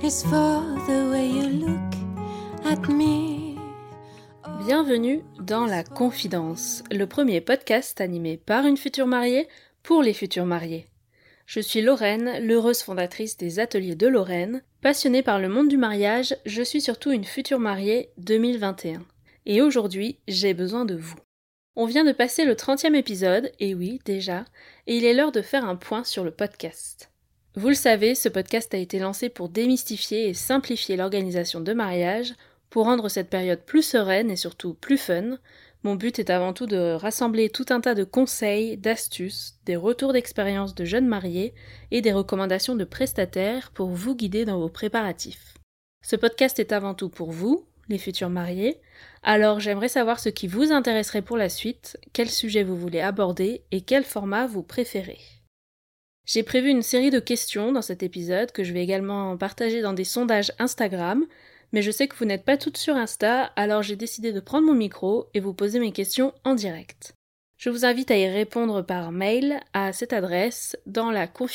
is for the way you look at me. Bienvenue dans La Confidence, le premier podcast animé par une future mariée pour les futurs mariés. Je suis Lorraine, l'heureuse fondatrice des Ateliers de Lorraine. Passionnée par le monde du mariage, je suis surtout une future mariée 2021. Et aujourd'hui, j'ai besoin de vous. On vient de passer le 30e épisode, et oui, déjà, et il est l'heure de faire un point sur le podcast. Vous le savez, ce podcast a été lancé pour démystifier et simplifier l'organisation de mariage, pour rendre cette période plus sereine et surtout plus fun. Mon but est avant tout de rassembler tout un tas de conseils, d'astuces, des retours d'expérience de jeunes mariés et des recommandations de prestataires pour vous guider dans vos préparatifs. Ce podcast est avant tout pour vous, les futurs mariés, alors j'aimerais savoir ce qui vous intéresserait pour la suite, quel sujet vous voulez aborder et quel format vous préférez. J'ai prévu une série de questions dans cet épisode que je vais également partager dans des sondages Instagram, mais je sais que vous n'êtes pas toutes sur Insta, alors j'ai décidé de prendre mon micro et vous poser mes questions en direct. Je vous invite à y répondre par mail à cette adresse dans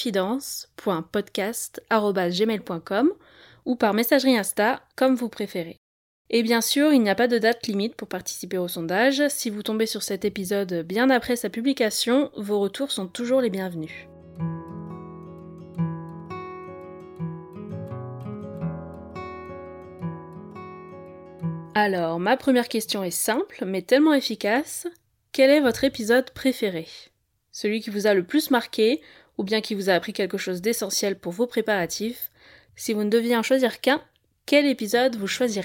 laconfidence.podcast@gmail.com ou par messagerie Insta, comme vous préférez. Et bien sûr, il n'y a pas de date limite pour participer au sondage. Si vous tombez sur cet épisode bien après sa publication, vos retours sont toujours les bienvenus. Alors, ma première question est simple, mais tellement efficace. Quel est votre épisode préféré ? Celui qui vous a le plus marqué, ou bien qui vous a appris quelque chose d'essentiel pour vos préparatifs. Si vous ne deviez en choisir qu'un, quel épisode vous choisiriez ?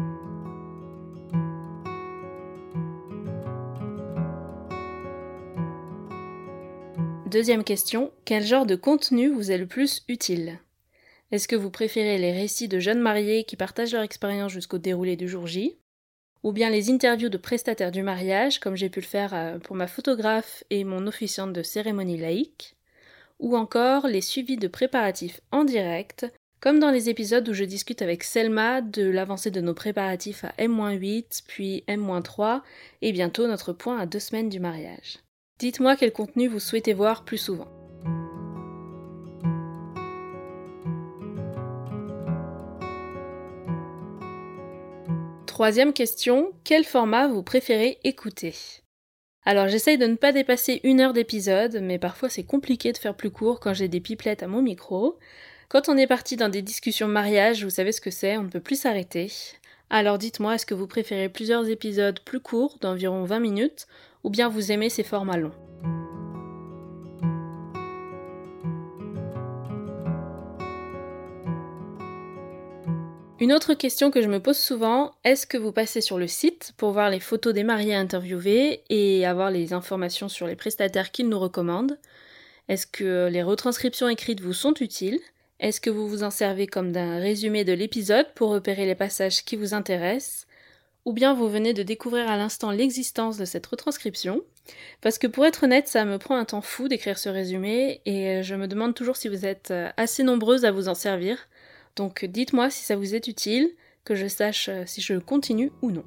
Deuxième question, quel genre de contenu vous est le plus utile ? Est-ce que vous préférez les récits de jeunes mariés qui partagent leur expérience jusqu'au déroulé du jour J ? Ou bien les interviews de prestataires du mariage, comme j'ai pu le faire pour ma photographe et mon officiante de cérémonie laïque ? Ou encore les suivis de préparatifs en direct, comme dans les épisodes où je discute avec Selma de l'avancée de nos préparatifs à M-8, puis M-3, et bientôt notre point à 2 semaines du mariage. Dites-moi quel contenu vous souhaitez voir plus souvent. Troisième question, quel format vous préférez écouter ? Alors j'essaye de ne pas dépasser 1 heure d'épisode, mais parfois c'est compliqué de faire plus court quand j'ai des pipelettes à mon micro. Quand on est parti dans des discussions mariage, vous savez ce que c'est, on ne peut plus s'arrêter. Alors dites-moi, est-ce que vous préférez plusieurs épisodes plus courts, d'environ 20 minutes, ou bien vous aimez ces formats longs ? Une autre question que je me pose souvent, est-ce que vous passez sur le site pour voir les photos des mariés interviewés et avoir les informations sur les prestataires qu'ils nous recommandent ? Est-ce que les retranscriptions écrites vous sont utiles ? Est-ce que vous vous en servez comme d'un résumé de l'épisode pour repérer les passages qui vous intéressent ? Ou bien vous venez de découvrir à l'instant l'existence de cette retranscription ? Parce que pour être honnête, ça me prend un temps fou d'écrire ce résumé et je me demande toujours si vous êtes assez nombreuses à vous en servir. Donc dites-moi si ça vous est utile, que je sache si je continue ou non.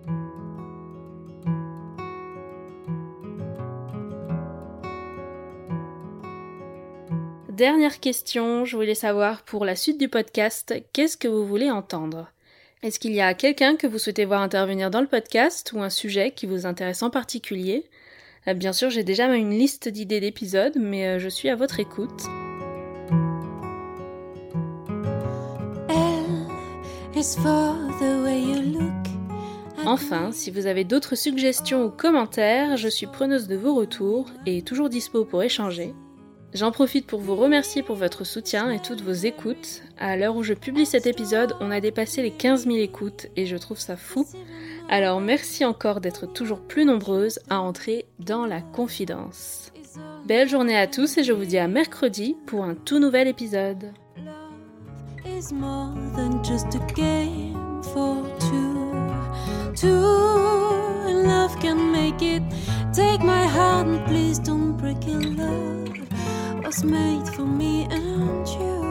Dernière question, je voulais savoir pour la suite du podcast, qu'est-ce que vous voulez entendre ? Est-ce qu'il y a quelqu'un que vous souhaitez voir intervenir dans le podcast ou un sujet qui vous intéresse en particulier ? Bien sûr, j'ai déjà une liste d'idées d'épisodes, mais je suis à votre écoute. Enfin, si vous avez d'autres suggestions ou commentaires, je suis preneuse de vos retours et toujours dispo pour échanger. J'en profite pour vous remercier pour votre soutien et toutes vos écoutes. À l'heure où je publie cet épisode, on a dépassé les 15 000 écoutes et je trouve ça fou. Alors merci encore d'être toujours plus nombreuses à entrer dans la confidence. Belle journée à tous et je vous dis à mercredi pour un tout nouvel épisode. Is more than just a game for two and love can make it. Take my heart and please don't break it. Love was made for me and you.